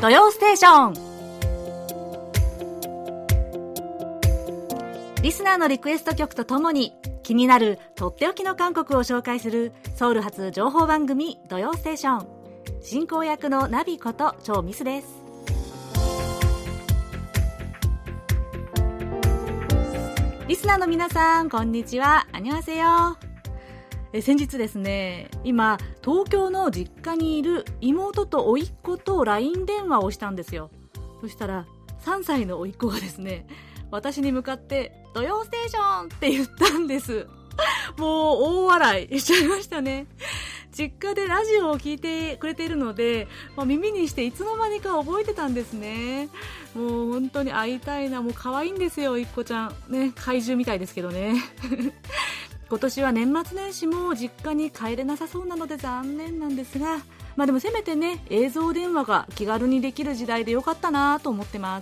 土曜ステーション。リスナーのリクエスト曲とともに気になるとっておきの韓国を紹介するソウル発情報番組土曜ステーション。進行役のナビことチョウミスです。リスナーの皆さん、こんにちは。アニョハセヨ。先日ですね、今東京の実家にいる妹と甥っ子と LINE 電話をしたんですよ。そしたら3歳の甥っ子がですね、私に向かって土曜ステーションって言ったんです。もう大笑いしちゃいましたね。実家でラジオを聞いてくれているので、耳にしていつの間にか覚えてたんですね。もう本当に会いたいな。もう可愛いんですよ、いっこちゃんね。怪獣みたいですけどね。今年は年末年始も実家に帰れなさそうなので残念なんですが、でもせめてね、映像電話が気軽にできる時代でよかったなと思ってます。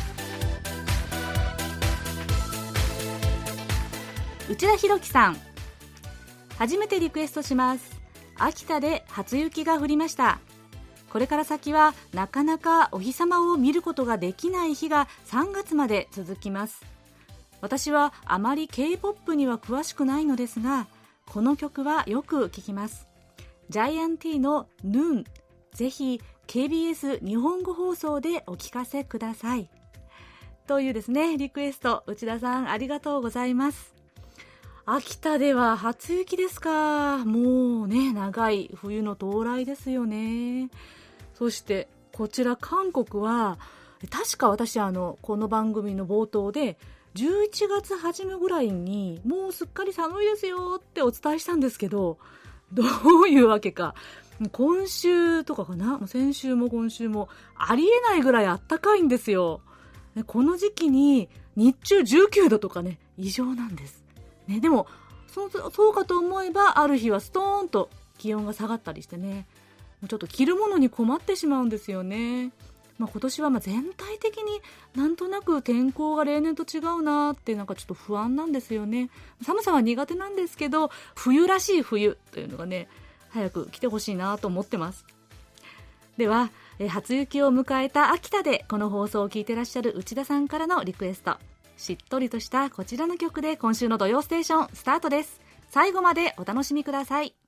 内田博樹さん、初めてリクエストします。秋田で初雪が降りました。これから先はなかなかお日様を見ることができない日が3月まで続きます。私はあまり K-POP には詳しくないのですが、この曲はよく聴きます。ジャイアンティのヌーン、ぜひ KBS 日本語放送でお聞かせください。というですね、リクエスト、内田さんありがとうございます。秋田では初雪ですか。もうね、長い冬の到来ですよね。そしてこちら韓国は、確か私この番組の冒頭で11月初めぐらいにもうすっかり寒いですよってお伝えしたんですけど、どういうわけか今週とかかな、先週も今週もありえないぐらいあったかいんですよ。この時期に日中19度とかね、異常なんですね。でもそうかと思えば、ある日はストーンと気温が下がったりしてね、ちょっと着るものに困ってしまうんですよね。今年は全体的になんとなく天候が例年と違うなって、ちょっと不安なんですよね。寒さは苦手なんですけど、冬らしい冬というのがね、早く来てほしいなと思ってます。では初雪を迎えた秋田でこの放送を聞いてらっしゃる内田さんからのリクエスト、しっとりとしたこちらの曲で今週の土曜ステーションスタートです。最後までお楽しみください。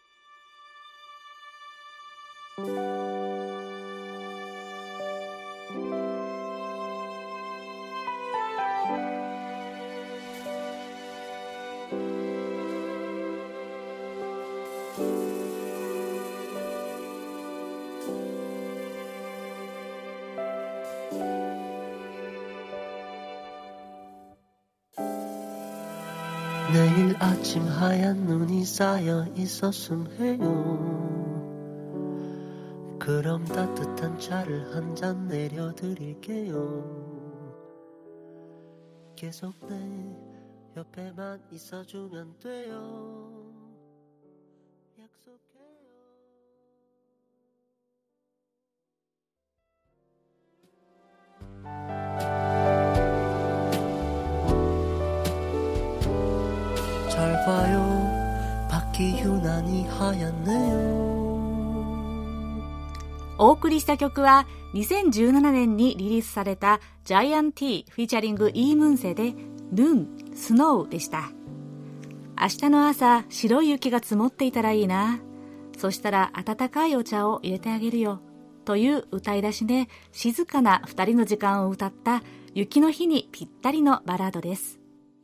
내일 아침 하얀 눈이 쌓여 있었음 해요. 그럼 따뜻한 차를 한 잔 내려드릴게요. 계속 내 옆에만 있어주면 돼요. 약속해요. 잘 봐요, 밖이 유난히 하얗네요. お送りした曲は2017年にリリースされたジャイアン T フィーチャリングイームンセでヌーンスノーでした。明日の朝白い雪が積もっていたらいいな、そしたら温かいお茶を入れてあげるよという歌い出しで、静かな2人の時間を歌った雪の日にぴったりのバラードです。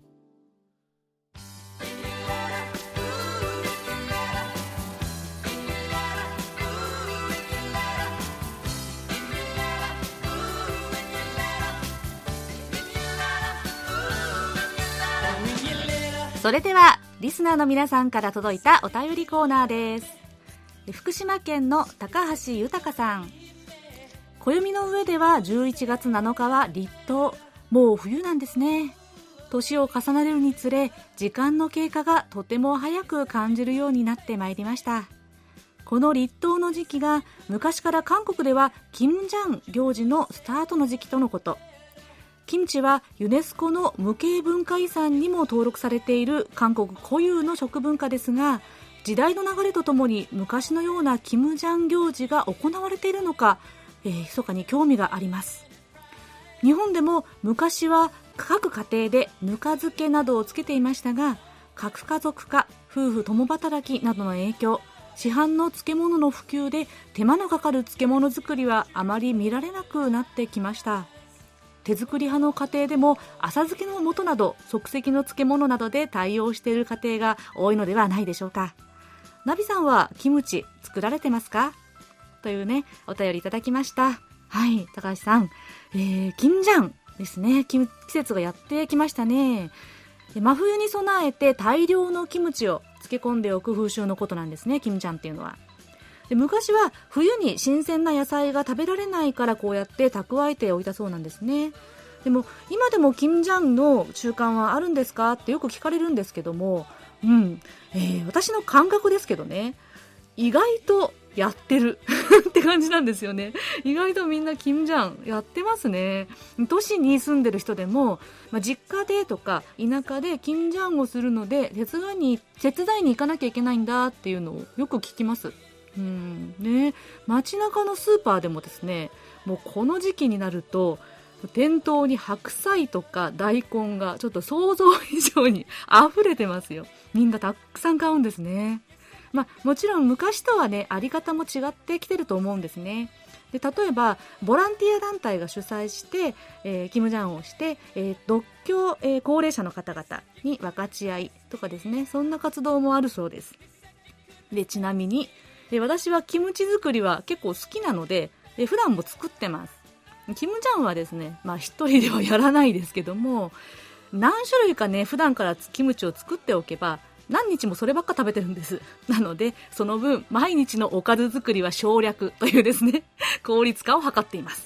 それではリスナーの皆さんから届いたお便りコーナーです。福島県の高橋豊さん、暦の上では11月7日は立冬、もう冬なんですね。年を重ねるにつれ時間の経過がとても早く感じるようになってまいりました。この立冬の時期が昔から韓国ではキムジャン行事のスタートの時期とのこと。キムチはユネスコの無形文化遺産にも登録されている韓国固有の食文化ですが、時代の流れとともに昔のようなキムジャン行事が行われているのか、 密かに興味があります。日本でも昔は各家庭でぬか漬けなどをつけていましたが、核家族化、夫婦共働きなどの影響、市販の漬物の普及で手間のかかる漬物作りはあまり見られなくなってきました。手作り派の家庭でも浅漬けの素など即席の漬物などで対応している家庭が多いのではないでしょうか。ナビさんはキムチ作られてますか？というね、お便りいただきました。はい、高橋さん、キンジャンですね。季節がやってきましたね。真冬に備えて大量のキムチを漬け込んでおく風習のことなんですね、キムジャンっていうのは。で、昔は冬に新鮮な野菜が食べられないからこうやって蓄えておいたそうなんですね。でも今でもキムジャンの習慣はあるんですかってよく聞かれるんですけども、私の感覚ですけどね、意外とやってるって感じなんですよね。意外とみんなキムジャンやってますね。都市に住んでる人でも、実家でとか田舎でキムジャンをするので手伝いに行かなきゃいけないんだっていうのをよく聞きます。街中のスーパーでもですね、もうこの時期になると店頭に白菜とか大根がちょっと想像以上に溢れてますよ。みんなたくさん買うんですね。もちろん昔とはね、あり方も違ってきてると思うんですね。で、例えばボランティア団体が主催して、キムジャンをして、独居、高齢者の方々に分かち合いとかですね、そんな活動もあるそうです。で、ちなみに私はキムチ作りは結構好きなので、普段も作ってます。キムジャンはですね、一人ではやらないですけども、何種類かね、普段からキムチを作っておけば何日もそればっか食べてるんです。なのでその分毎日のおかず作りは省略というですね、効率化を図っています。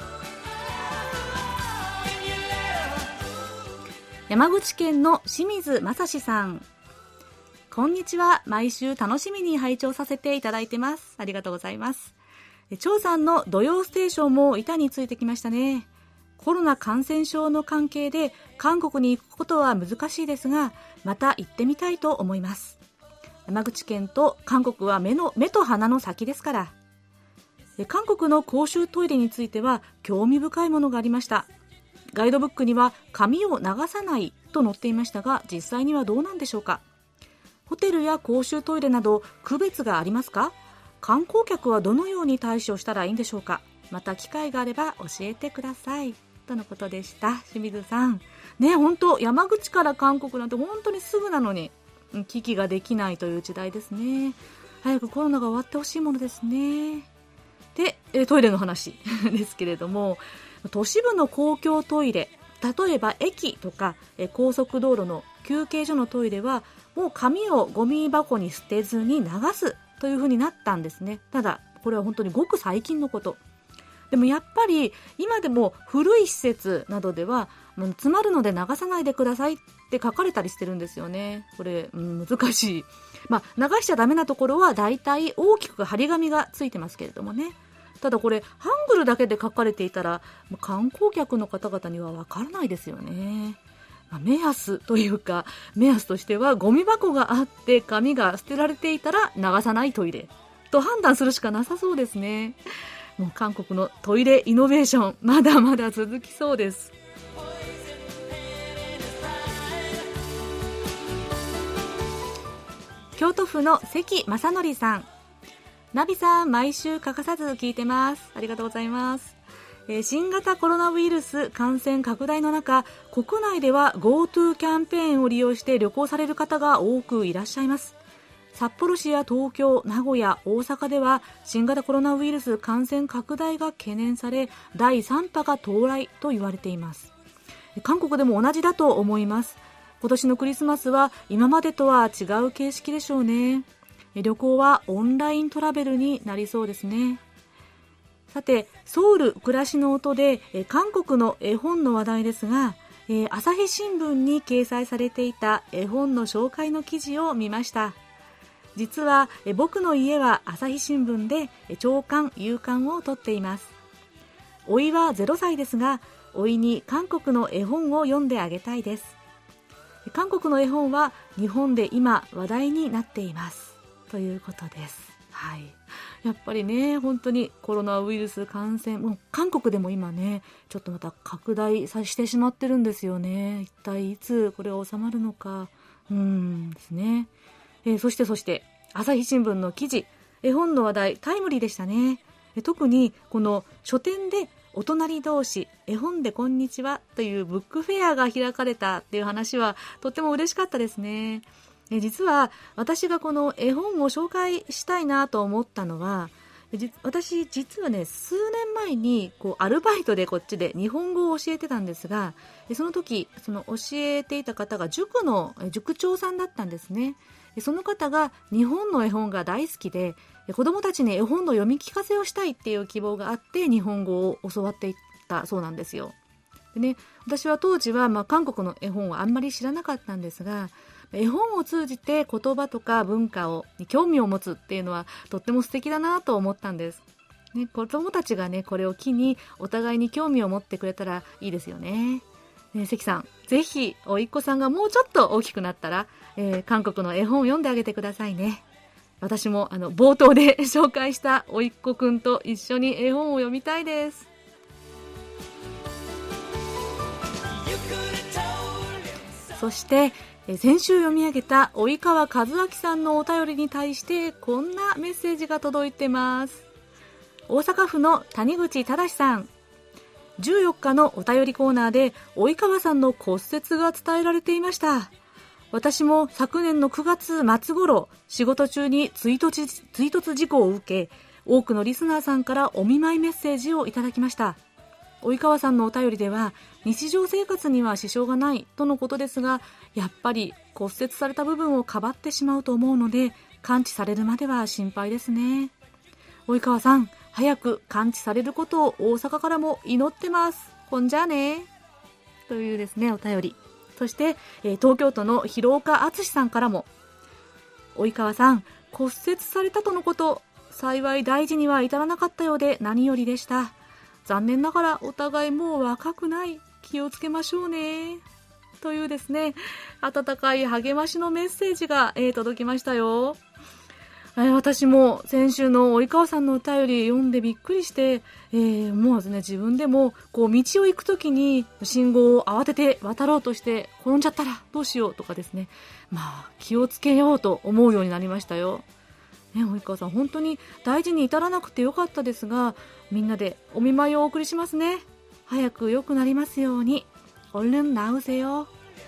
山口県の清水正史さん、こんにちは。毎週楽しみに拝聴させていただいてます。ありがとうございます。張さんの土曜ステーションも板についてきましたね。コロナ感染症の関係で韓国に行くことは難しいですが、また行ってみたいと思います。山口県と韓国は目と鼻の先ですから。韓国の公衆トイレについては興味深いものがありました。ガイドブックには紙を流さないと載っていましたが、実際にはどうなんでしょうか。ホテルや公衆トイレなど区別がありますか？観光客はどのように対処したらいいんでしょうか。また機会があれば教えてください、とのことでした。清水さんね、本当山口から韓国なんて本当にすぐなのに危機ができないという時代ですね。早くコロナが終わってほしいものですね。で、トイレの話ですけれども、都市部の公共トイレ、例えば駅とか高速道路の休憩所のトイレはもう紙をゴミ箱に捨てずに流すという風になったんですね。ただこれは本当にごく最近のこと。でもやっぱり今でも古い施設などではもう詰まるので流さないでくださいって書かれたりしてるんですよね。これ、難しい。流しちゃダメなところはだいたい大きく張り紙がついてますけれどもね。ただこれハングルだけで書かれていたら観光客の方々にはわからないですよね。目安というか、目安としてはゴミ箱があって紙が捨てられていたら流さないトイレと判断するしかなさそうですね。もう韓国のトイレイノベーションまだまだ続きそうです。京都府の関正則さん、ナビさん毎週欠かさず聞いてます。ありがとうございます。新型コロナウイルス感染拡大の中、国内では GoTo キャンペーンを利用して旅行される方が多くいらっしゃいます。札幌市や東京、名古屋、大阪では新型コロナウイルス感染拡大が懸念され、第3波が到来と言われています。韓国でも同じだと思います。今年のクリスマスは今までとは違う形式でしょうね。旅行はオンライントラベルになりそうですね。さて、ソウル暮らしの音で韓国の絵本の話題ですが、朝日新聞に掲載されていた絵本の紹介の記事を見ました。実は僕の家は朝日新聞で朝刊夕刊を取っています。甥は0歳ですが、甥に韓国の絵本を読んであげたいです。韓国の絵本は日本で今話題になっていますということです。はい、 やっぱりね、本当にコロナウイルス感染、もう韓国でも今ね、ちょっとまた拡大してしまってるんですよね。一体いつこれが収まるのかですね。そして朝日新聞の記事、絵本の話題タイムリーでしたね。特にこの書店でお隣同士絵本でこんにちはというブックフェアが開かれたっていう話はとっても嬉しかったですね。実は私がこの絵本を紹介したいなと思ったのは、私実はね、数年前にアルバイトでこっちで日本語を教えてたんですが、その時その教えていた方が塾長さんだったんですね。その方が日本の絵本が大好きで、子どもたちに絵本の読み聞かせをしたいっていう希望があって日本語を教わっていったそうなんですよ。でね、私は当時は韓国の絵本はあんまり知らなかったんですが、絵本を通じて言葉とか文化に興味を持つっていうのはとっても素敵だなと思ったんです、ね、子どもたちがね、これを機にお互いに興味を持ってくれたらいいですよね。関さん、ぜひおいっ子さんがもうちょっと大きくなったら、韓国の絵本を読んであげてくださいね。私も冒頭で紹介したおいっ子くんと一緒に絵本を読みたいです。そして先週読み上げた及川和明さんのお便りに対してこんなメッセージが届いてます。大阪府の谷口忠さん、14日のお便りコーナーで及川さんの骨折が伝えられていました。私も昨年の9月末頃、仕事中に追突事故を受け、多くのリスナーさんからお見舞いメッセージをいただきました。及川さんのお便りでは、日常生活には支障がないとのことですが、やっぱり骨折された部分をかばってしまうと思うので、完治されるまでは心配ですね。及川さん、早く完治されることを大阪からも祈ってます。ほんじゃあね。というですね、お便り。そして、東京都の広岡敦さんからも、及川さん、骨折されたとのこと、幸い大事には至らなかったようで何よりでした。残念ながらお互いもう若くない。気をつけましょうね。というですね、温かい励ましのメッセージが、届きましたよ。私も先週の及川さんのお便り読んでびっくりして、思わずね、自分でも道を行くときに信号を慌てて渡ろうとして転んじゃったらどうしようとかですね、気をつけようと思うようになりましたよ。及川さん、本当に大事に至らなくてよかったですが、みんなでお見舞いをお送りしますね。早く良くなりますように。얼른 나으세요。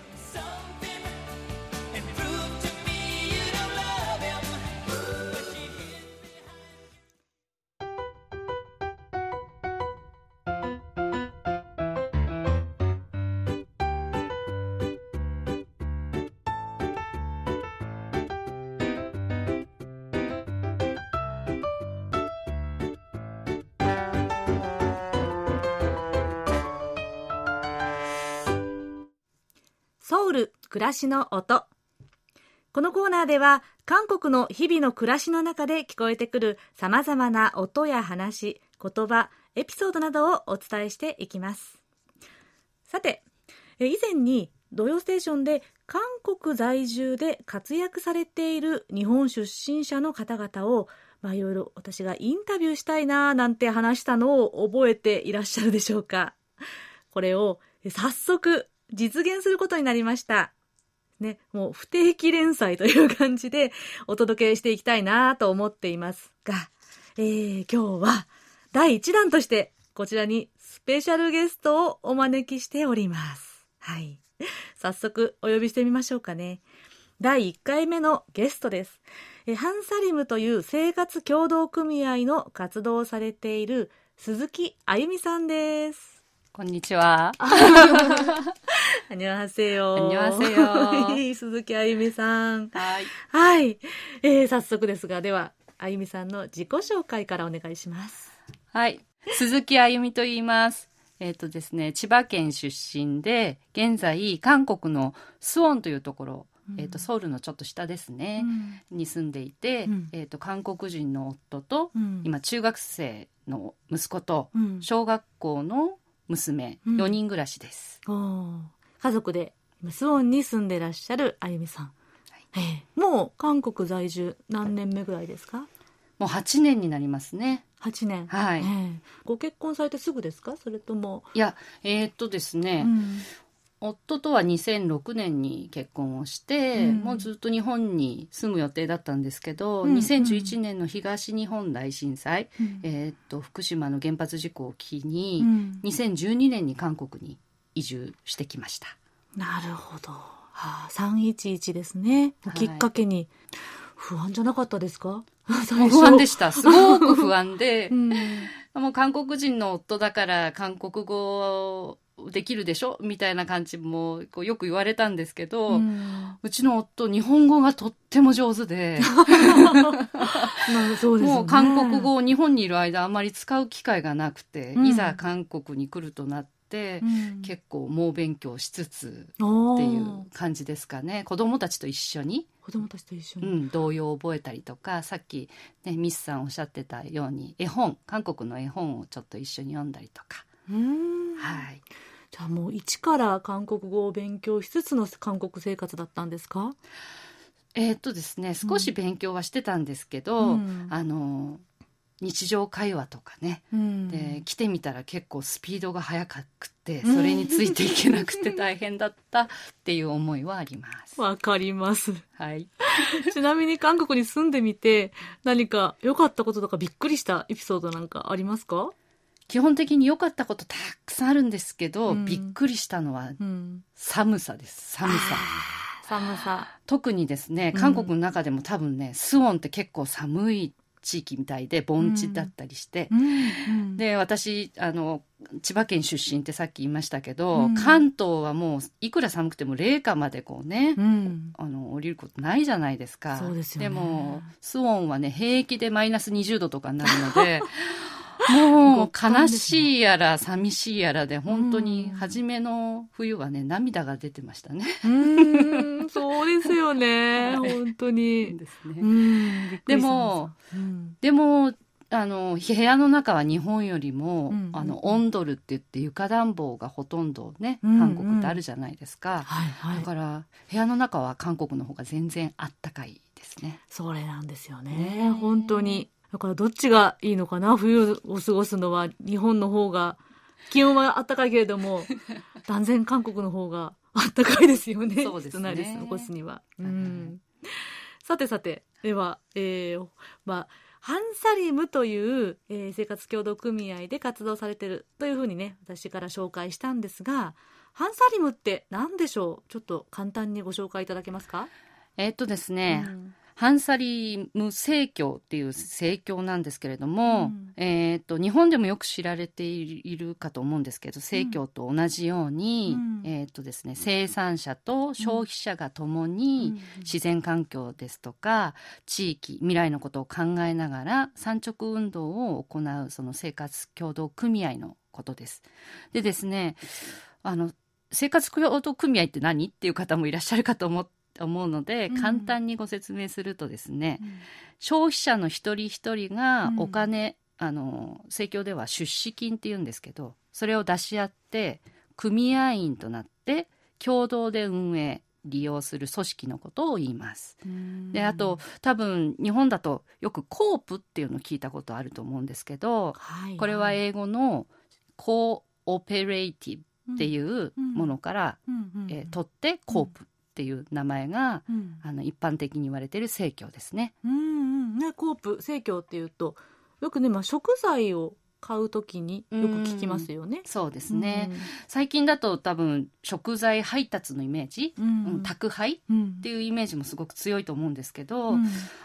ソウル暮らしの音。このコーナーでは韓国の日々の暮らしの中で聞こえてくるさまざまな音や話、言葉、エピソードなどをお伝えしていきます。さて、以前に土曜ステーションで韓国在住で活躍されている日本出身者の方々をいろいろ私がインタビューしたいななんて話したのを覚えていらっしゃるでしょうか。これを早速実現することになりました。ね、もう不定期連載という感じでお届けしていきたいなと思っていますが、今日は第1弾としてこちらにスペシャルゲストをお招きしております。はい。早速お呼びしてみましょうかね。第1回目のゲストです。ハンサリムという生活協同組合の活動をされている鈴木あゆみさんです。 こんにちは。 안녕하세요。鈴木あゆみさん。はい。早速ですが、ではあゆみさんの自己紹介からお願いします。 はい。鈴木あゆみと言います。ですね、千葉県出身で、現在韓国のスウォンというところ、ソウルのちょっと下ですね、に住んでいて、韓国人の夫と、今中学生の息子と、小学校の娘、4人暮らしです。 家族でスウォンに住んでらっしゃるあゆみさん。もう韓国在住何年目ぐらいですか？ もう8年になりますね。 8年。 はい。 ご結婚されてすぐですか？それとも。 いや、ですね、夫とは2006年に結婚をして、もうずっと日本に住む予定だったんですけど、2011年の東日本大震災、福島の原発事故を機に、2012年に韓国に移住してきました。 なるほど。311ですね。きっかけに。不安じゃなかったですか？ 不安でした。すごく不安で、もう韓国人の夫だから韓国語できるでしょみたいな感じもよく言われたんですけど、うちの夫日本語がとっても上手でそうですね、 もう韓国語を日本にいる間あまり使う機会がなくて、いざ韓国に来るとなって、結構猛勉強しつつっていう感じですかね。子供たちと一緒に童謡を覚えたりとか、さっき、ね、ミスさんおっしゃってたように韓国の絵本をちょっと一緒に読んだりとか。はい。 じゃあもう一から韓国語を勉強しつつの韓国生活だったんですか？ ですね、少し勉強はしてたんですけど、日常会話とかね、で来てみたら結構スピードが速くて、それについていけなくて大変だったっていう思いはあります。 わかります。 はい。 ちなみに韓国に住んでみて何か良かったこととかびっくりしたエピソードなんかありますか？ 基本的に良かったことたくさんあるんですけど、びっくりしたのは寒さです。寒さ。特にですね、韓国の中でも多分ね、スウォンって結構寒い地域みたいで、盆地だったりして、で私千葉県出身ってさっき言いましたけど、関東はもういくら寒くても零下までこうね、降りることないじゃないですか。 そうですよね。 でもスウォンはね、平気でマイナス20度とかになるのでもう悲しいやら寂しいやらで、本当に初めの冬はね、涙が出てましたね。 そうですよね、本当にですね。でも部屋の中は日本よりも、オンドルって言って床暖房がほとんどね、韓国ってあるじゃないですか。だから部屋の中は韓国の方が全然あったかいですね。 それなんですよね、本当に。だからどっちがいいのかな、冬を過ごすのは。日本の方が気温は暖かいけれども断然韓国の方が暖かいですよね。 そうですね、 室内で過ごすには。さてでは、ハンサリムという、生活協同組合で活動されているというふうにね、私から紹介したんですが、ハンサリムって何でしょう？ちょっと簡単にご紹介いただけますか？ ですね、ハンサリム正教っていう正教なんですけれども、日本でもよく知られているかと思うんですけど、正教と同じように、ですね、生産者と消費者が共に自然環境ですとか地域、未来のことを考えながら産直運動を行う、その生活協同組合のことです。でですね、生活協同組合って何っていう方もいらっしゃるかと思うので、簡単にご説明するとですね、消費者の一人一人がお金、正教では出資金って言うんですけど、それを出し合って組合員となって共同で運営利用する組織のことを言います。で、あと多分日本だとよくコープっていうのを聞いたことあると思うんですけど、これは英語のコーオペレーティブっていうものから取ってコープっていう名前が、一般的に言われている正教ですね。 コープ正教っていうとよくね、食材を買うときによく聞きますよね。 そうですね、最近だと多分食材配達のイメージ、宅配っていうイメージもすごく強いと思うんですけど、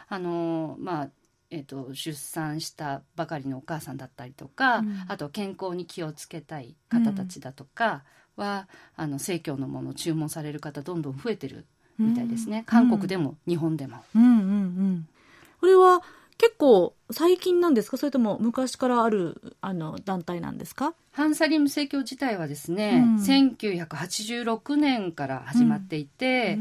出産したばかりのお母さんだったりとか、あと健康に気をつけたい方たちだとかは、正教のものを注文される方どんどん増えてるみたいですね。韓国でも日本でも。 これは結構最近なんですか？それとも昔からある団体なんですか？ ハンサリム正教自体はですね、1986年から始まっていて、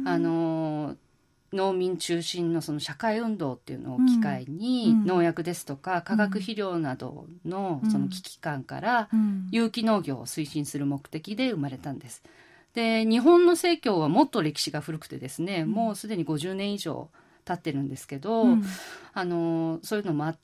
農民中心のその社会運動っていうのを機会に、農薬ですとか化学肥料などのその危機感から有機農業を推進する目的で生まれたんです。で、日本の正教はもっと歴史が古くてですね、もうすでに50年以上経ってるんですけど、そういうのもあって、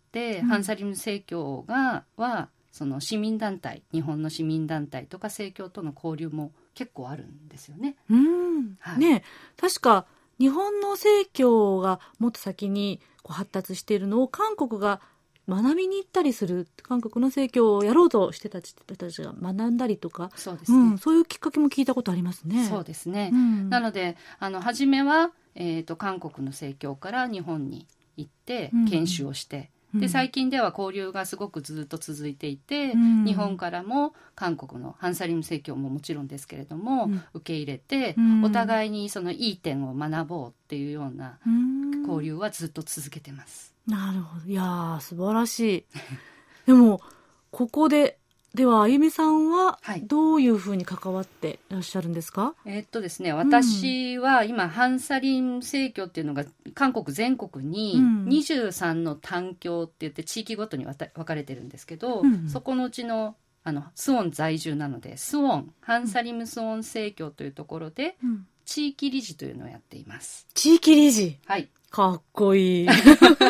ハンサリム正教はその市民団体、日本の市民団体とか正教との交流も結構あるんですよね。はい、 ね、確か日本の正教がもっと先にこう発達しているのを韓国が学びに行ったりする、韓国の正教をやろうとしてた人たちが学んだりとか、 そうですね、 そういうきっかけも聞いたことありますね。 そうですね、なので初めは、韓国の正教から日本に行って研修をして、で最近では交流がすごくずっと続いていて、日本からも韓国のハンサリム正教ももちろんですけれども、受け入れて、お互いにそのいい点を学ぼうっていうような交流はずっと続けてます。 なるほど。いやー、素晴らしい。でもここではあゆみさんはどういうふうに関わっていらっしゃるんですか？ ですね、私は今、ハンサリム正教っていうのが韓国全国に23の単教って言って地域ごとに分かれてるんですけど、そこのうちのスウォン在住なので、スウォンハンサリムスウォン正教というところで地域理事というのをやっています。 地域理事、 はい、 かっこいい。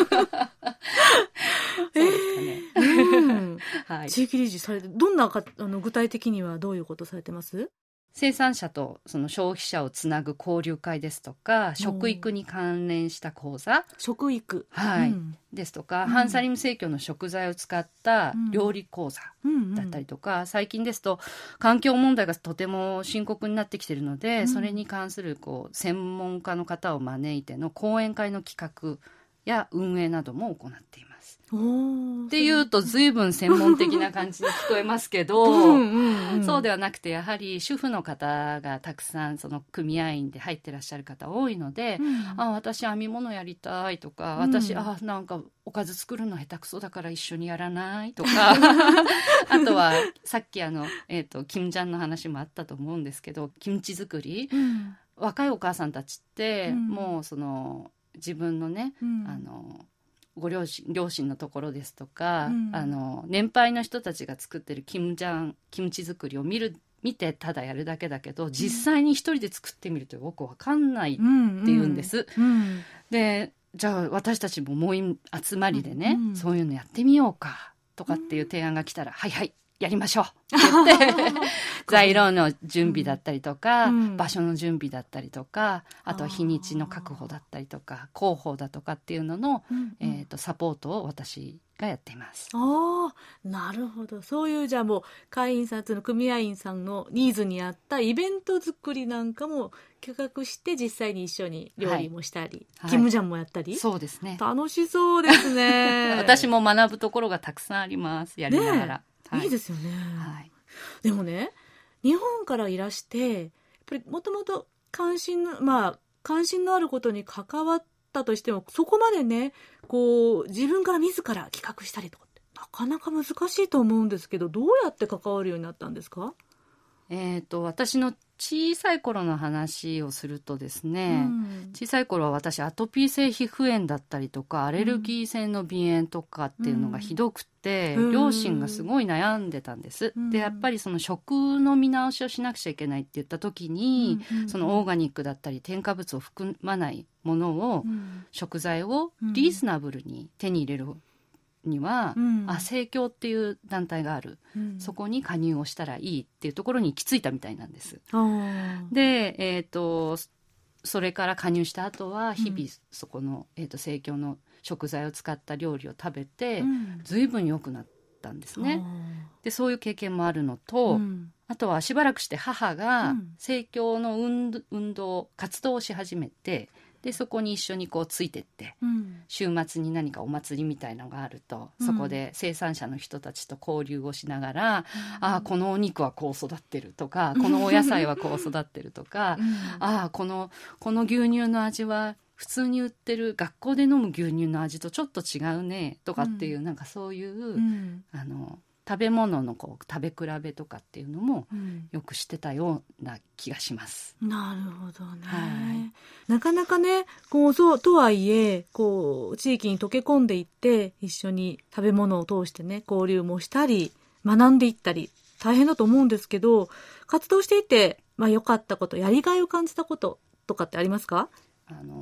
そうですかね。 はい、地域理事されて、どんな具体的にはどういうことされてます？ 生産者とその消費者をつなぐ交流会ですとか、食育に関連した講座、 食育、 はい、ですとか、ハンサリム正教の食材を使った料理講座だったりとか、最近ですと環境問題がとても深刻になってきているので、それに関する専門家の方を招いての講演会の企画や運営なども行っています。っていうと随分専門的な感じに聞こえますけど、そうではなくて、やはり主婦の方がたくさんその組合員で入ってらっしゃる方多いので、私編み物やりたいとか、私なんかおかず作るの下手くそだから一緒にやらないとかあとはさっきキムジャンの話もあったと思うんですけど、キムチ作り、若いお母さんたちって、もうその自分のね、ご両親のところですとか、年配の人たちが作ってるキムチ作りを見てただやるだけだけど、実際に一人で作ってみるとよく分かんないって言うんです。で、じゃあ私たちももう集まりでね、そういうのやってみようかとかっていう提案が来たら、はいはいやりましょうって言って材料の準備だったりとか、場所の準備だったりとか、あとは日にちの確保だったりとか、広報だとかっていうのの、サポートを私がやっています。 なるほど。そういうじゃあもう会員さんの組合員さんのニーズに合ったイベント作りなんかも企画して、実際に一緒に料理もしたり、キムジャンもやったり、 そうですね、 楽しそうですね。 私も学ぶところがたくさんあります、やりながら。 いいですよね。でもね、日本からいらして、やっぱりもともと関心のあることに関わったとしても、そこまでね、自分から自ら企画したりとかってなかなか難しいと思うんですけど、どうやって関わるようになったんですか？ 私の小さい頃の話をするとですね、小さい頃は私アトピー性皮膚炎だったりとか、アレルギー性の鼻炎とかっていうのがひどくて、両親がすごい悩んでたんです。で、やっぱりその食の見直しをしなくちゃいけないって言った時に、そのオーガニックだったり添加物を含まないものを、食材をリーズナブルに手に入れるには、正教っていう団体がある、そこに加入をしたらいいっていうところに行き着いたみたいなんです。で、それから加入した後は日々そこの、正教の食材を使った料理を食べて、随分良くなったんですね。で、そういう経験もあるのと、あとはしばらくして母が正教の活動をし始めて、でそこに一緒についてって、週末に何かお祭りみたいのがあると、そこで生産者の人たちと交流をしながら、このお肉はこう育ってるとか、このお野菜はこう育ってるとか、この牛乳の味は普通に売ってる学校で飲む牛乳の味とちょっと違うねとかっていう、なんかそういう、食べ物の食べ比べとかっていうのもよくしてたような気がします。 なるほどね。なかなかね、そうとはいえ、地域に溶け込んでいって一緒に食べ物を通してね、交流もしたり学んでいったり大変だと思うんですけど、活動していて良かったこと、やりがいを感じたこととかってありますか？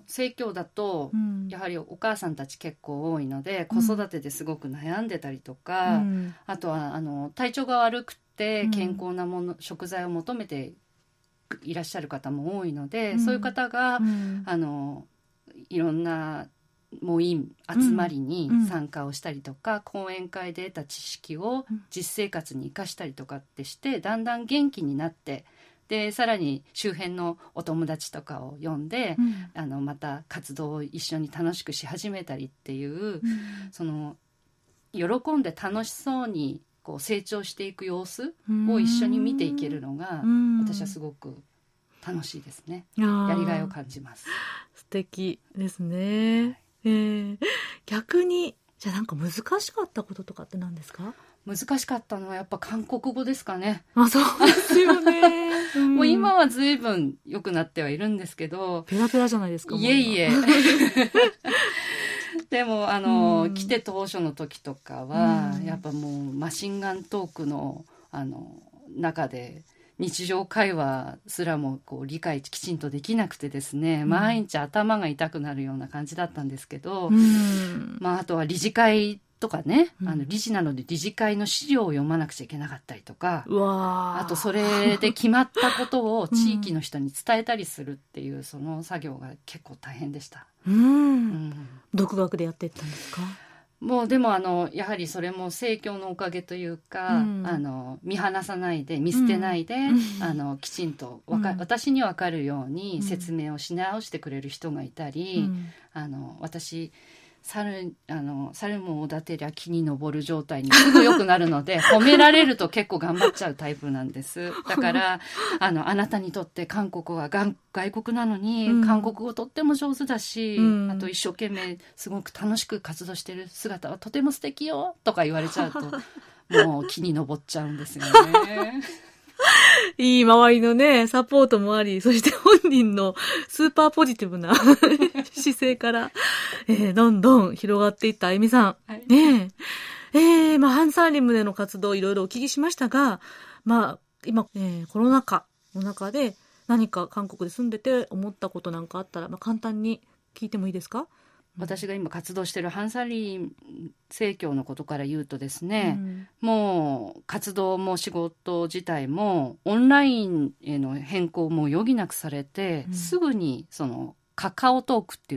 生協だと、やはりお母さんたち結構多いので、子育てですごく悩んでたりとか、あとは体調が悪くて健康なもの、食材を求めていらっしゃる方も多いので、そういう方が、いろんなもういい集まりに参加をしたりとか、講演会で得た知識を実生活に生かしたりとかってして、だんだん元気になって、でさらに周辺のお友達とかを呼んで、また活動を一緒に楽しくし始めたりっていう、その喜んで楽しそうにこう成長していく様子を一緒に見ていけるのが、私はすごく楽しいですね。やりがいを感じます。 素敵ですね。逆にじゃあなんか難しかったこととかって何ですか？ 難しかったのはやっぱ韓国語ですかね。 そうですよね。 もう今は随分良くなってはいるんですけど。 ペラペラじゃないですか。 いえいえ。でも来て当初の時とかは、やっぱもうマシンガントークの中で日常会話すらもこう理解きちんとできなくてですね、毎日頭が痛くなるような感じだったんですけど、あとは理事会とかね、理事なので理事会の資料を読まなくちゃいけなかったりとか、 あとそれで決まったことを地域の人に伝えたりするっていう、その作業が結構大変でした。 独学でやっていったんですか？ もうでもやはりそれも生協のおかげというか、見放さないで見捨てないで、きちんと私に分かるように説明をし直してくれる人がいたり、私猿もおだてりゃ木に登る状態にすぐ良くなるので褒められると結構頑張っちゃうタイプなんです。だからあなたにとって韓国は外国なのに、韓国語とっても上手だし、あと一生懸命すごく楽しく活動してる姿はとても素敵よとか言われちゃうともう木に登っちゃうんですよね。 いい周りのね、サポートもあり、そして本人のスーパーポジティブな姿勢から、どんどん広がっていったあゆみさん。はい、ねハンサーリムでの活動いろいろお聞きしましたが、今、コロナ禍の中で何か韓国で住んでて思ったことなんかあったら、簡単に聞いてもいいですか？ 私が今活動しているハンサリー生協のことから言うとですね、もう活動も仕事自体もオンラインへの変更も余儀なくされて、すぐにそのカカオトークって言って、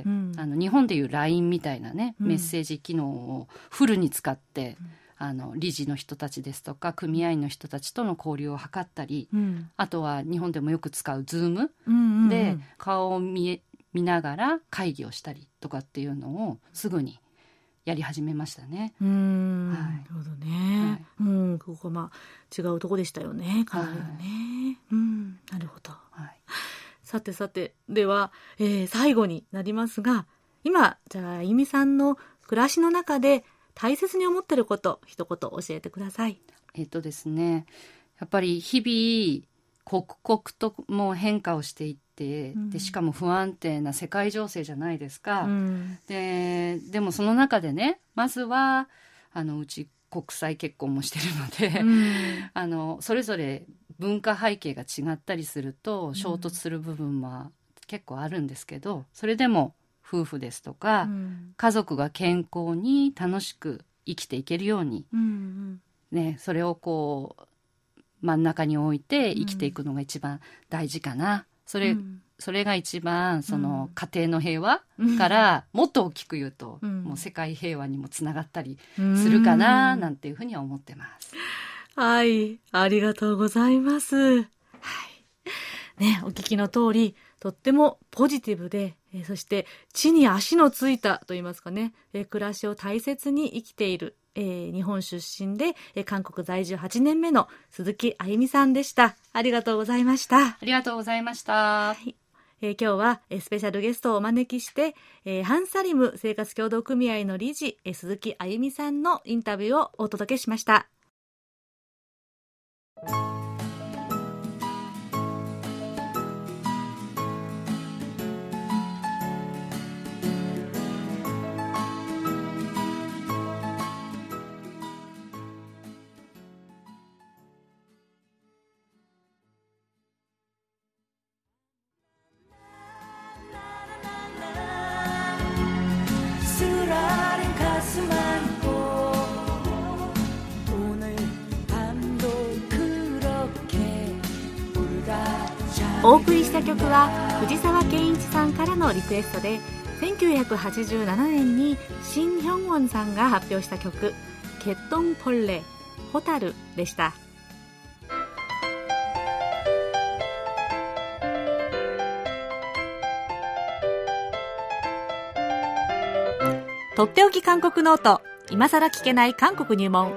日本でいう LINE みたいなね、メッセージ機能をフルに使って、理事の人たちですとか組合員の人たちとの交流を図ったり、あとは日本でもよく使う Zoom で顔を見ながら会議をしたりとかっていうのをすぐにやり始めましたね。 なるほどね。ここ違うとこでしたよね。かなりね。なるほど。さてでは、最後になりますが、今じゃああゆみさんの暮らしの中で大切に思ってること一言教えてください。 ですね、やっぱり日々刻々ともう変化をしていって、でしかも不安定な世界情勢じゃないですか。でもその中でね、まずはうち国際結婚もしてるので、それぞれ文化背景が違ったりすると衝突する部分は結構あるんですけど、それでも夫婦ですとか、家族が健康に楽しく生きていけるように、それをこう真ん中に置いて生きていくのが一番大事かな。それが一番その家庭の平和からもっと大きく言うと、もう世界平和にもつながったりするかななんていうふうには思ってます。 はい、ありがとうございます。お聞きの通りとってもポジティブで、そして地に足のついたといいますかね、暮らしを大切に生きている、日本出身で、韓国在住8年目の鈴木あゆみさんでした。ありがとうございました。 ありがとうございました。 今日はスペシャルゲストをお招きして、ハンサリム生活協同組合の理事、鈴木あゆみさんのインタビューをお届けしました。 お送りした曲は藤沢健一さんからのリクエストで、1987年にシン・ヒョンウォンさんが発表した曲ケットンポッレホタルでした。とっておき韓国ノート、今さら聞けない韓国入門。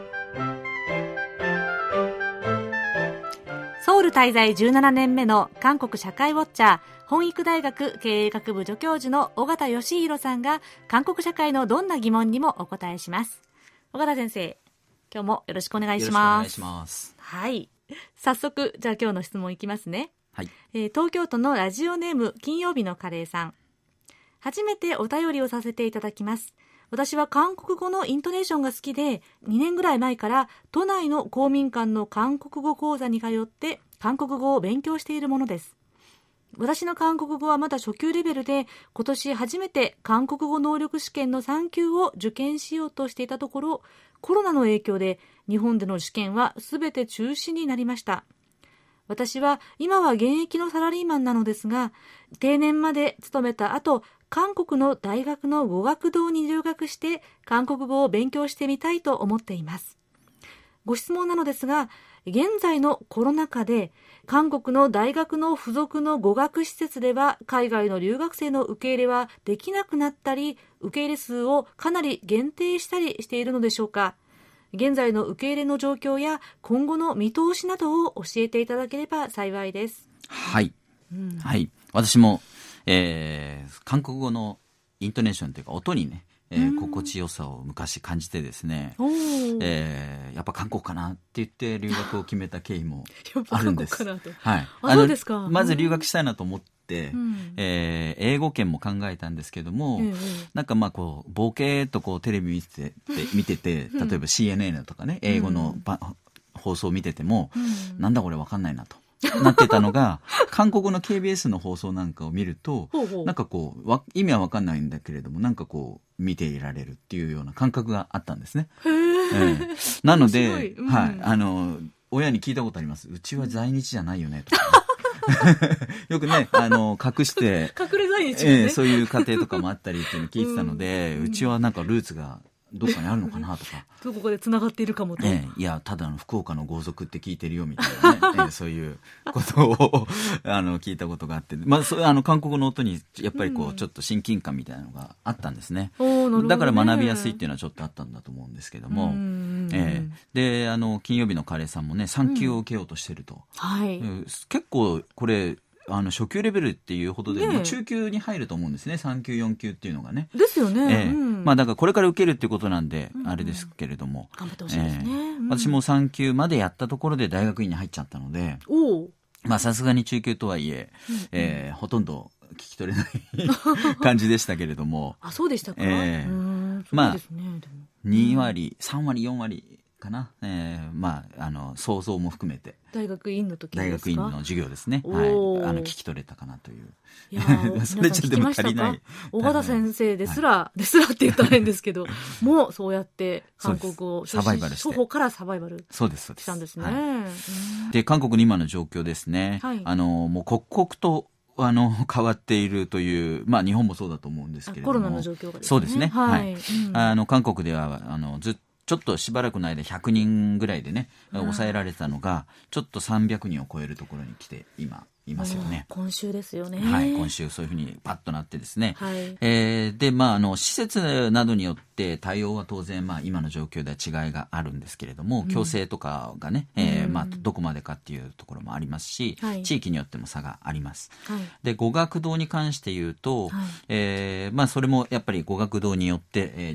ソウル滞在17年目の韓国社会ウォッチャー、本育大学経営学部助教授の尾形義弘さんが韓国社会のどんな疑問にもお答えします。尾形先生、今日もよろしくお願いします。よろしくお願いします。はい。早速、じゃあ今日の質問いきますね。はい。東京都のラジオネーム金曜日のカレーさん。初めてお便りをさせていただきます。私は韓国語のイントネーションが好きで、2年ぐらい前から都内の公民館の韓国語講座に通って韓国語を勉強しているものです。私の韓国語はまだ初級レベルで、今年初めて韓国語能力試験の3級を受験しようとしていたところ、コロナの影響で日本での試験はすべて中止になりました。私は今は現役のサラリーマンなのですが、定年まで勤めた後、韓国の大学の語学堂に留学して韓国語を勉強してみたいと思っています。ご質問なのですが、現在のコロナ禍で韓国の大学の付属の語学施設では海外の留学生の受け入れはできなくなったり、受け入れ数をかなり限定したりしているのでしょうか。現在の受け入れの状況や今後の見通しなどを教えていただければ幸いです。 はい、はい、私も韓国語のイントネーションというか音にね、心地よさを昔感じてですね、やっぱ韓国かなって言って留学を決めた経緯もあるんです。はい、 そうですか。 まず留学したいなと思って、英語圏も考えたんですけども、なんかまあこうボケとこうテレビ見てて、例えば CNN とかね、英語の放送を見てても、なんだこれわかんないなとなってたのが韓国の KBS の放送なんかを見るとなんかこう意味は分かんないんだけれどもなんかこう見ていられるっていうような感覚があったんですね。なので、はい、親に聞いたことあります。うちは在日じゃないよねとかよくね隠して隠れ在日、ねそういう家庭とかもあったりっていうのを聞いてたので、うちはなんかルーツがどっかにあるのかなとかどこかでつながっているかもと、 いやただの福岡の豪族って聞いてるよみたいなね、そういうことを聞いたことがあって、まあ、韓国の音にやっぱりこうちょっと親近感みたいなのがあったんですね。だから学びやすいっていうのはちょっとあったんだと思うんですけども、で金曜日のカレーさんもね3級を受けようとしてると、結構これ初級レベルっていうほどで、中級に入ると思うんですね。3級4級っていうのがね。 ですよね。 まあだからこれから受けるっていうことなんで、あれですけれども。 頑張ってほしいですね。 私も3級までやったところで大学院に入っちゃったので、まあさすがに中級とはいえ、ほとんど聞き取れない感じでしたけれども。 あ、そうでしたか。 まあ、2割、3割、4割。かな、まあ想像も含めて大学院の時ですか。 大学院の授業ですね。はい、聞き取れたかなという。いやそれじゃでも足りない。 小形先生ですらって言ったら変ですけど、もうそうやって韓国語サバイバルして、 初歩からサバイバルしたんですね。 で韓国の今の状況ですね。もう刻々と変わっているという、まあ日本もそうだと思うんですけれども、 コロナの状況がですね。 そうですね。はい。韓国ではずっとちょっとしばらくの間100人ぐらいでね抑えられたのがちょっと300人を超えるところに来て今いますよね。 今週ですよね。 はい、今週そういうふうにパッとなってですね。でまあ施設などによって対応は当然まあ今の状況では違いがあるんですけれども、強制とかがね、まあどこまでかっていうところもありますし、地域によっても差があります。で語学堂に関して言うと、まあそれもやっぱり語学堂によって、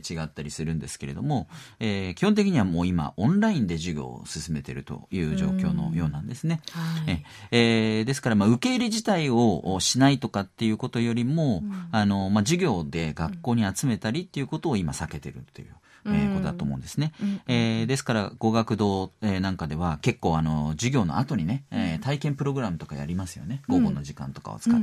違ったりするんですけれども、基本的にはもう今オンラインで授業を進めているという状況のようなんですね。ですからまあ受け入れ自体をしないとかっていうことよりも、まあ、授業で学校に集めたりっていうことを今避けてるっていうことだと思うんですね。ですから語学堂、なんかでは結構授業の後にね、体験プログラムとかやりますよね。午後の時間とかを使って、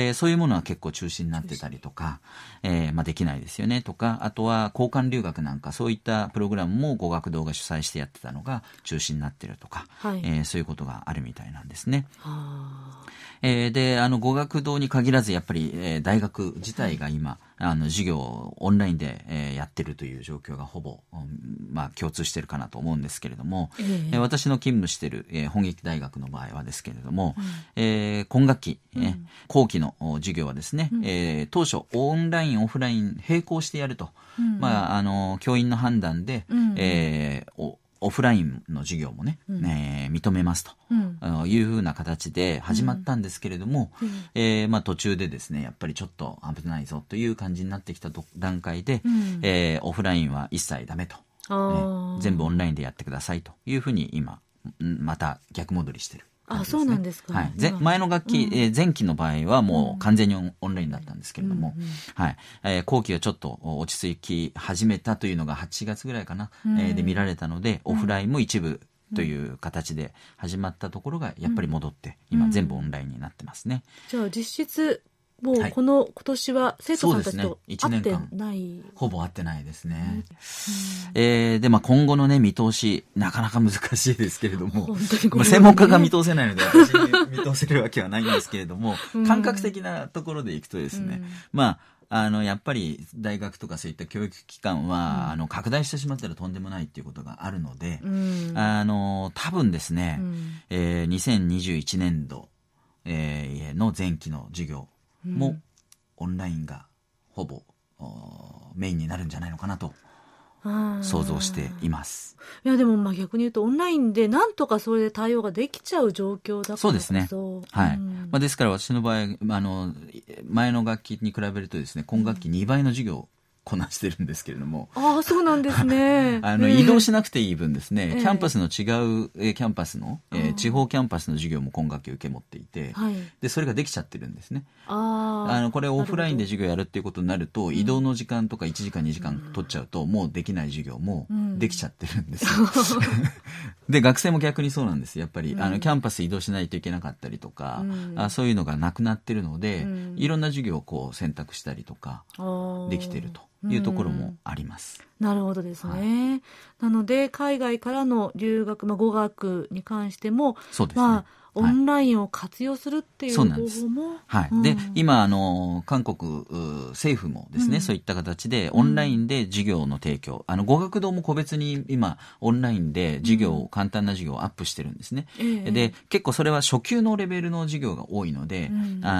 そういうものは結構中止になってたりとか、できないですよねとか、あとは交換留学なんかそういったプログラムも語学堂が主催してやってたのが中止になってるとか、そういうことがあるみたいなんですね。で語学堂に限らずやっぱり、大学自体が今授業をオンラインで、やってるという状況がほぼ、共通してるかなと思うんですけれども、私の勤務している、本劇大学の場合はですけれども、今学期、後期の授業はですね、当初オンラインオフライン並行してやると、教員の判断で、オフラインの授業もね、認めますというふうな形で始まったんですけれども、途中でですねやっぱりちょっと危ないぞという感じになってきた段階で、オフラインは一切ダメと、全部オンラインでやってくださいというふうに今また逆戻りしてる。 そうなんですか。 前の学期、前期の場合はもう完全にオンラインだったんですけれども、後期はちょっと落ち着き始めたというのが8月ぐらいかな、で見られたので、オフラインも一部という形で始まったところがやっぱり戻って、今全部オンラインになってますね。 じゃあ実質もう今年は生徒さんたちと会ってない、 ほぼ会ってないですね。で今後のね見通しなかなか難しいですけれども、専門家が見通せないので私に見通せるわけはないんですけれども、感覚的なところでいくとですね、やっぱり大学とかそういった教育機関は、拡大してしまったらとんでもないっていうことがあるので、多分ですね、2021年度、の前期の授業もオンラインがほぼメインになるんじゃないのかなと想像しています。 いやでも逆に言うとオンラインでなんとかそれで対応ができちゃう状況だからこそ。 そうですね。ですから私の場合前の学期に比べるとですね、今学期2倍の授業をこなしてるんですけれども。 そうなんですね。 移動しなくていい分ですね、キャンパスの違う、キャンパスの、地方キャンパスの授業も今学期受け持っていて、でそれができちゃってるんですね。これオフラインで授業やるっていうことになると、移動の時間とか1時間2時間取っちゃうと、もうできない授業もできちゃってるんですよ。で学生も逆にそうなんです。やっぱりキャンパス移動しないといけなかったりとか、そういうのがなくなってるので、いろんな授業をこう選択したりとかできてるというところもあります。 なるほどですね。なので海外からの留学、語学に関しても、 そうですね、 オンラインを活用するっていう方法も、 で今韓国政府もですね、そういった形でオンラインで授業の提供、語学堂も個別に今オンラインで授業、簡単な授業をアップしてるんですね。で結構それは初級のレベルの授業が多いので、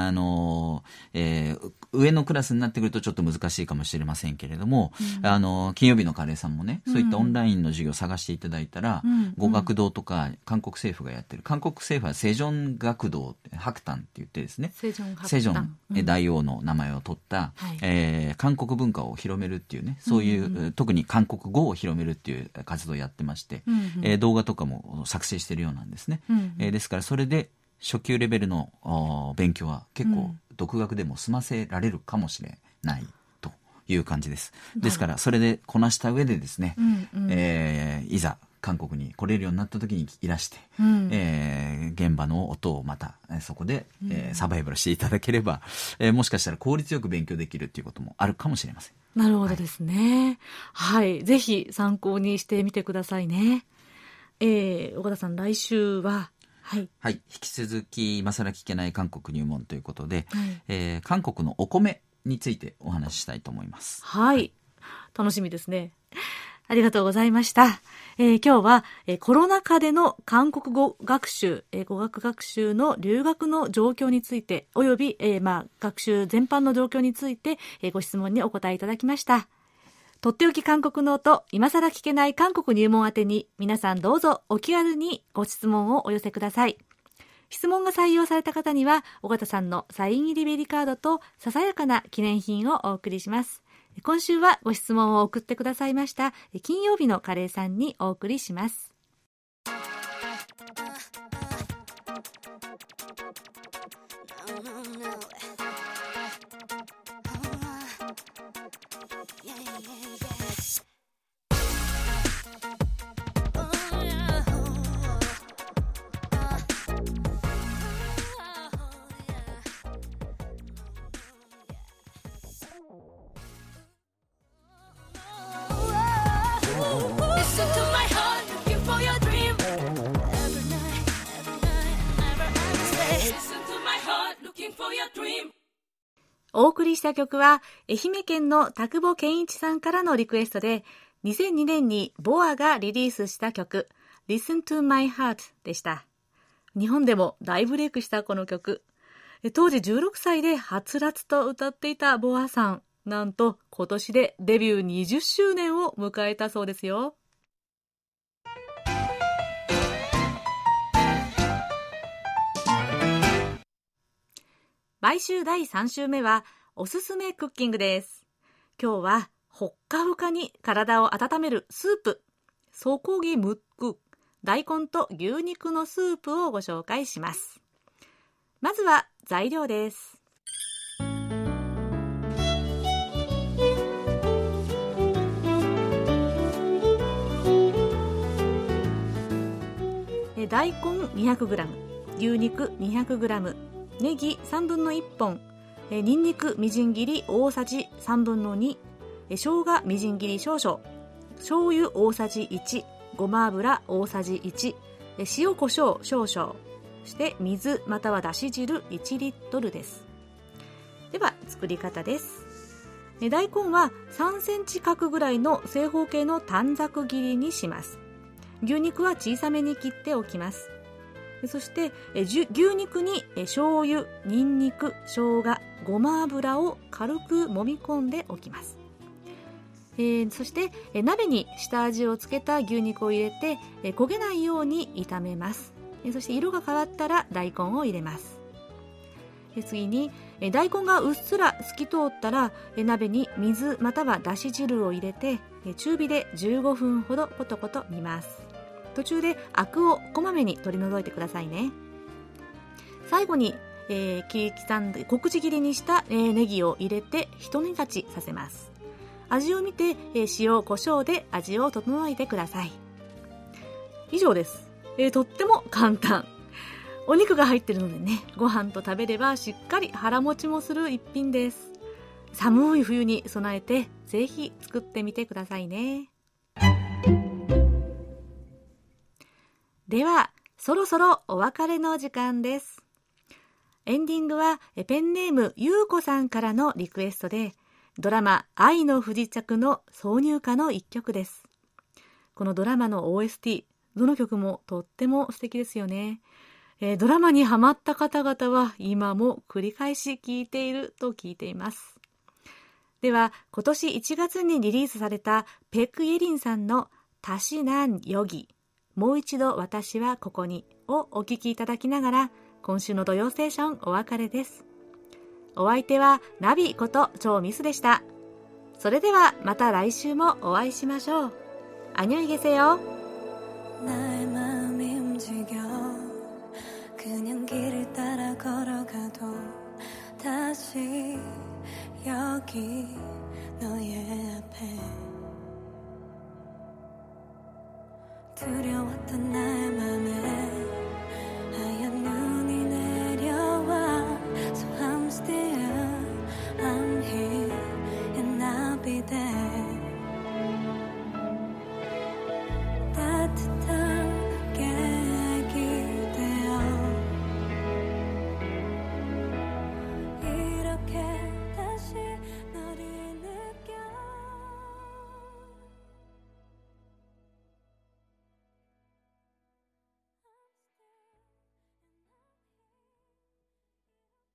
上のクラスになってくるとちょっと難しいかもしれませんけれども、金曜日のカレーさんもね、そういったオンラインの授業を探していただいたら、語学堂とか韓国政府がやってる、韓国政府はセジョン学堂、白檀って言ってですね、セジョン大王の名前を取った、韓国文化を広めるっていうね、そういう、特に韓国語を広めるっていう活動をやってまして、動画とかも作成してるようなんですね。ですからそれで初級レベルの勉強は結構独学でも済ませられるかもしれないという感じです。ですからそれでこなした上でですね、いざ韓国に来れるようになった時にいらして、現場の音をまたそこで、サバイバルしていただければ、もしかしたら効率よく勉強できるっていうこともあるかもしれません。 なるほどですね。ぜひ参考にしてみてくださいね。岡田さん、来週は引き続き今更聞けない韓国入門ということで、韓国のお米についてお話ししたいと思います。 楽しみですね。ありがとうございました。今日は、コロナ禍での韓国語学習、語学学習の留学の状況について、および、学習全般の状況について、ご質問にお答えいただきました。とっておき韓国ノート、今更聞けない韓国入門宛てに、皆さんどうぞお気軽にご質問をお寄せください。質問が採用された方には、尾形さんのサイン入りベリーカードとささやかな記念品をお送りします。今週はご質問を送ってくださいました金曜日のカレーさんにお送りします。 お送りした曲は愛媛県の田久保健一さんからのリクエストで、2002年にボアがリリースした曲 Listen to My Heart でした。日本でも大ブレイクしたこの曲、当時16歳ではつらつと歌っていたボアさん、なんと今年でデビュー20周年を迎えたそうですよ。毎週第3週目はおすすめクッキングです。今日はほっかほかに体を温めるスープ、ソコギムック、大根と牛肉のスープをご紹介します。まずは材料です。大根 200g、 牛肉 200g、 ネギ3分の1本、にんにくみじん切り大さじ3分の2、生姜みじん切り少々、醤油大さじ1、ごま油大さじ1、塩コショウ少々、そして水またはだし汁1リットルです。では作り方です。大根は3センチ角ぐらいの正方形の短冊切りにします。牛肉は小さめに切っておきます。そして牛肉に醤油、にんにく、生姜、ごま油を軽く揉み込んでおきます。そして鍋に下味をつけた牛肉を入れて焦げないように炒めます。そして色が変わったら大根を入れます。次に大根がうっすら透き通ったら鍋に水またはだし汁を入れて中火で15分ほどコトコト煮ます。途中でアクをこまめに取り除いてくださいね。最後に刻んで小口切りにしたネギを入れて一煮立ちさせます。味を見て塩コショウで味を整えてください。以上です。とっても簡単。お肉が入ってるのでね、ご飯と食べればしっかり腹持ちもする一品です。寒い冬に備えてぜひ作ってみてくださいね。ではそろそろお別れの時間です。エンディングはペンネームゆうこさんからのリクエストで、ドラマ愛の不時着の挿入歌の一曲です。このドラマの OST、 どの曲もとっても素敵ですよね。ドラマにハマった方々は今も繰り返し聴いていると聞いています。では今年1月にリリースされたペック・イェリンさんのタシナンヨギ、もう一度私はここにをお聴きいただきながら、今週の土曜ステーションお別れです。お相手はナビこと超ミスでした。それではまた来週もお会いしましょう。안녕히 계세요。나의 마음이 움직여 그냥 길을 따라 걸어가도 다시 여기 너의 앞에